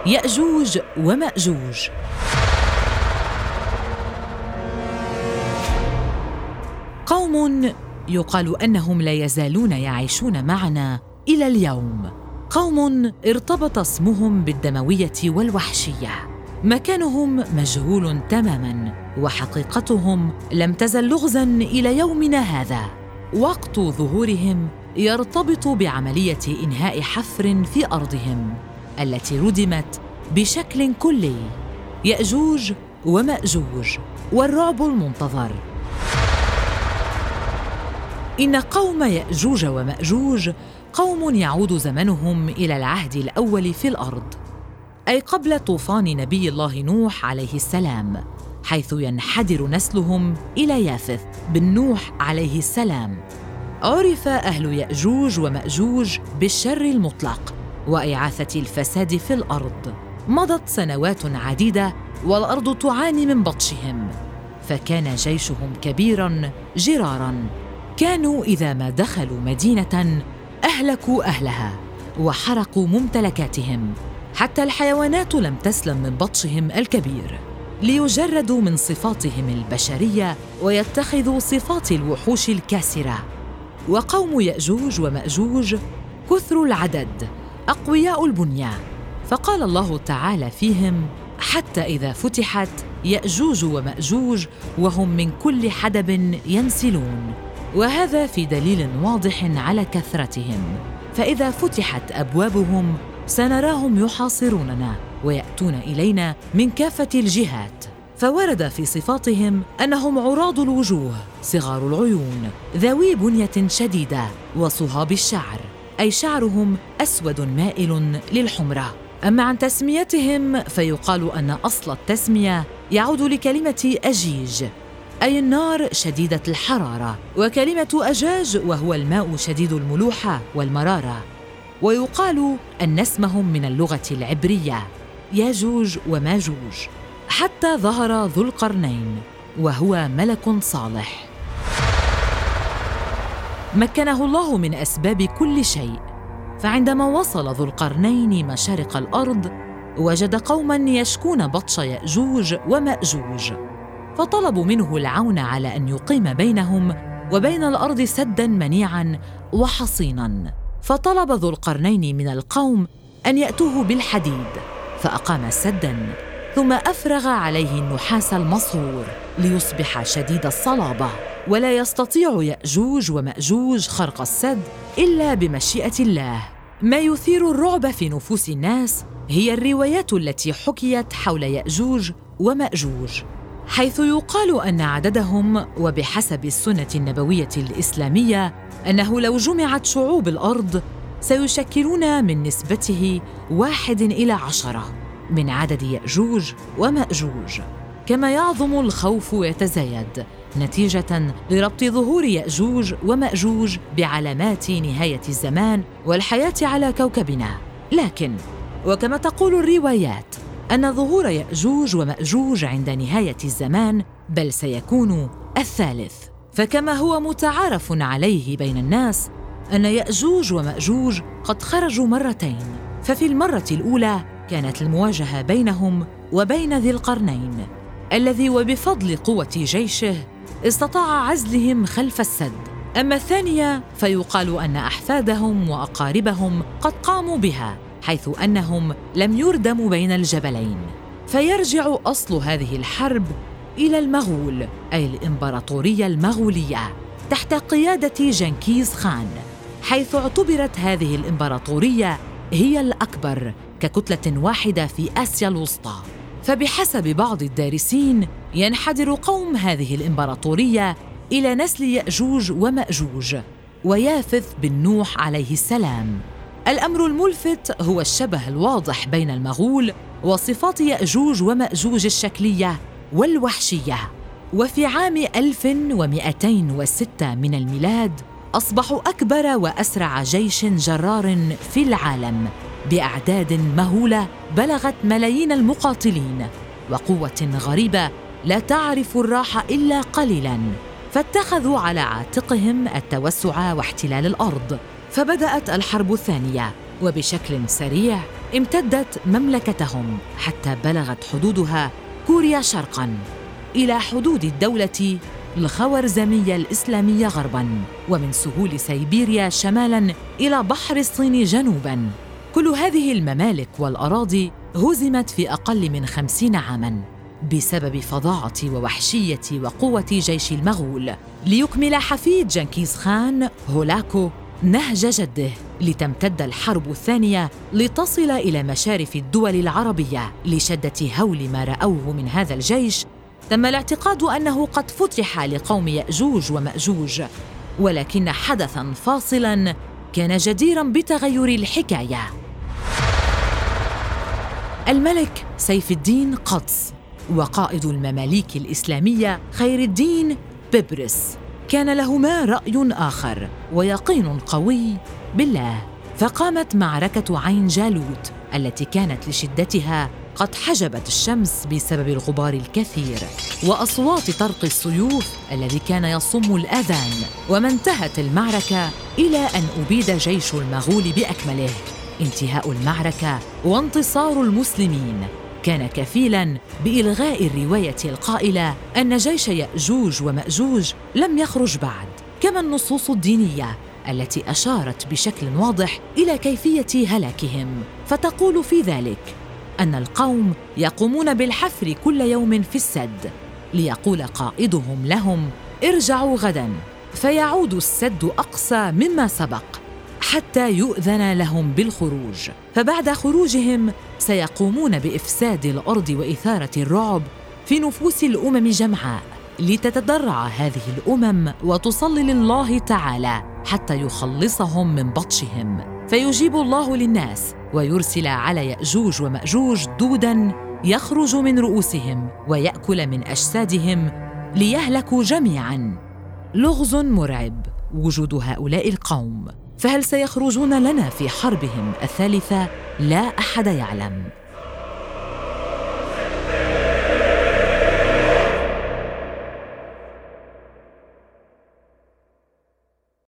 يأجوج ومأجوج. قوم يقال أنهم لا يزالون يعيشون معنا إلى اليوم، قوم ارتبط اسمهم بالدموية والوحشية. مكانهم مجهول تماماً، وحقيقتهم لم تزل لغزاً إلى يومنا هذا. وقت ظهورهم يرتبط بعملية إنهاء حفر في أرضهم التي ردمت بشكل كلي. يأجوج ومأجوج والرعب المنتظر. إن قوم يأجوج ومأجوج قوم يعود زمنهم إلى العهد الأول في الأرض، أي قبل طوفان نبي الله نوح عليه السلام، حيث ينحدر نسلهم إلى يافث بن نوح عليه السلام. عرف أهل يأجوج ومأجوج بالشر المطلق وإعاثة الفساد في الأرض. مضت سنوات عديدة والأرض تعاني من بطشهم، فكان جيشهم كبيراً جراراً. كانوا إذا ما دخلوا مدينة أهلكوا أهلها وحرقوا ممتلكاتهم، حتى الحيوانات لم تسلم من بطشهم الكبير، ليجردوا من صفاتهم البشرية ويتخذوا صفات الوحوش الكاسرة. وقوم يأجوج ومأجوج كثر العدد، أقوياء البنية، فقال الله تعالى فيهم: حتى إذا فتحت يأجوج ومأجوج وهم من كل حدب ينسلون. وهذا في دليل واضح على كثرتهم، فإذا فتحت أبوابهم سنراهم يحاصروننا ويأتون إلينا من كافة الجهات. فورد في صفاتهم أنهم عراض الوجوه، صغار العيون، ذوي بنية شديدة، وصهاب الشعر، أي شعرهم أسود مائل للحمرة. أما عن تسميتهم فيقال أن أصل التسمية يعود لكلمة أجيج، أي النار شديدة الحرارة، وكلمة أجاج وهو الماء شديد الملوحة والمرارة. ويقال أن اسمهم من اللغة العبرية ياجوج وماجوج، حتى ظهر ذو القرنين وهو ملك صالح مكنه الله من أسباب كل شيء. فعندما وصل ذو القرنين مشارق الأرض وجد قوماً يشكون بطش يأجوج ومأجوج، فطلبوا منه العون على أن يقيم بينهم وبين الأرض سداً منيعاً وحصيناً. فطلب ذو القرنين من القوم أن يأتوه بالحديد، فأقام سداً، ثم أفرغ عليه النحاس المصهور ليصبح شديد الصلابة، ولا يستطيع يأجوج ومأجوج خرق السد إلا بمشيئة الله. ما يثير الرعب في نفوس الناس هي الروايات التي حكيت حول يأجوج ومأجوج، حيث يقال أن عددهم، وبحسب السنة النبوية الإسلامية، أنه لو جمعت شعوب الأرض سيشكلون من نسبته 1:10 من عدد يأجوج ومأجوج. كما يعظم الخوف ويتزايد نتيجة لربط ظهور يأجوج ومأجوج بعلامات نهاية الزمان والحياة على كوكبنا. لكن وكما تقول الروايات أن ظهور يأجوج ومأجوج عند نهاية الزمان بل سيكون الثالث، فكما هو متعارف عليه بين الناس أن يأجوج ومأجوج قد خرجوا مرتين، ففي المرة الأولى كانت المواجهة بينهم وبين ذي القرنين الذي وبفضل قوة جيشه استطاع عزلهم خلف السد. أما الثانية فيقال أن أحفادهم وأقاربهم قد قاموا بها، حيث أنهم لم يردموا بين الجبلين. فيرجع أصل هذه الحرب إلى المغول، أي الإمبراطورية المغولية تحت قيادة جنكيز خان، حيث اعتبرت هذه الإمبراطورية هي الأكبر ككتلة واحدة في آسيا الوسطى. فبحسب بعض الدارسين ينحدر قوم هذه الإمبراطورية إلى نسل يأجوج ومأجوج ويافث بن نوح عليه السلام. الأمر الملفت هو الشبه الواضح بين المغول وصفات يأجوج ومأجوج الشكلية والوحشية. وفي عام 1206 من الميلاد أصبحوا أكبر وأسرع جيش جرار في العالم بأعداد مهولة بلغت ملايين المقاتلين وقوة غريبة لا تعرف الراحة إلا قليلاً. فاتخذوا على عاتقهم التوسع واحتلال الأرض، فبدأت الحرب الثانية، وبشكل سريع امتدت مملكتهم حتى بلغت حدودها كوريا شرقاً إلى حدود الدولة الخوارزمية الإسلامية غرباً، ومن سهول سيبيريا شمالاً إلى بحر الصين جنوباً. كل هذه الممالك والأراضي هزمت في أقل من 50 عاماً بسبب فظاعة ووحشية وقوة جيش المغول، ليكمل حفيد جنكيز خان هولاكو نهج جده، لتمتد الحرب الثانية لتصل إلى مشارف الدول العربية. لشدة هول ما رأوه من هذا الجيش، تم الاعتقاد أنه قد فتح لقوم يأجوج ومأجوج، ولكن حدثاً فاصلاً كان جديراً بتغير الحكاية. الملك سيف الدين قطز وقائد المماليك الإسلامية خير الدين ببرس كان لهما رأي آخر ويقين قوي بالله، فقامت معركة عين جالوت التي كانت لشدتها قد حجبت الشمس بسبب الغبار الكثير وأصوات طرق السيوف الذي كان يصم الآذان، وما انتهت المعركة إلى أن أبيد جيش المغول بأكمله. انتهاء المعركة وانتصار المسلمين كان كفيلاً بإلغاء الرواية القائلة أن جيش يأجوج ومأجوج لم يخرج بعد، كما النصوص الدينية التي أشارت بشكل واضح إلى كيفية هلاكهم، فتقول في ذلك أن القوم يقومون بالحفر كل يوم في السد، ليقول قائدهم لهم ارجعوا غداً، فيعود السد أقصى مما سبق حتى يؤذن لهم بالخروج، فبعد خروجهم سيقومون بإفساد الأرض وإثارة الرعب في نفوس الأمم جمعاء، لتتضرع هذه الأمم وتصلي لله تعالى حتى يخلصهم من بطشهم، فيجيب الله للناس ويرسل على يأجوج ومأجوج دوداً يخرج من رؤوسهم ويأكل من أجسادهم ليهلكوا جميعاً. لغز مرعب وجود هؤلاء القوم، فهل سيخرجون لنا في حربهم الثالثة؟ لا أحد يعلم.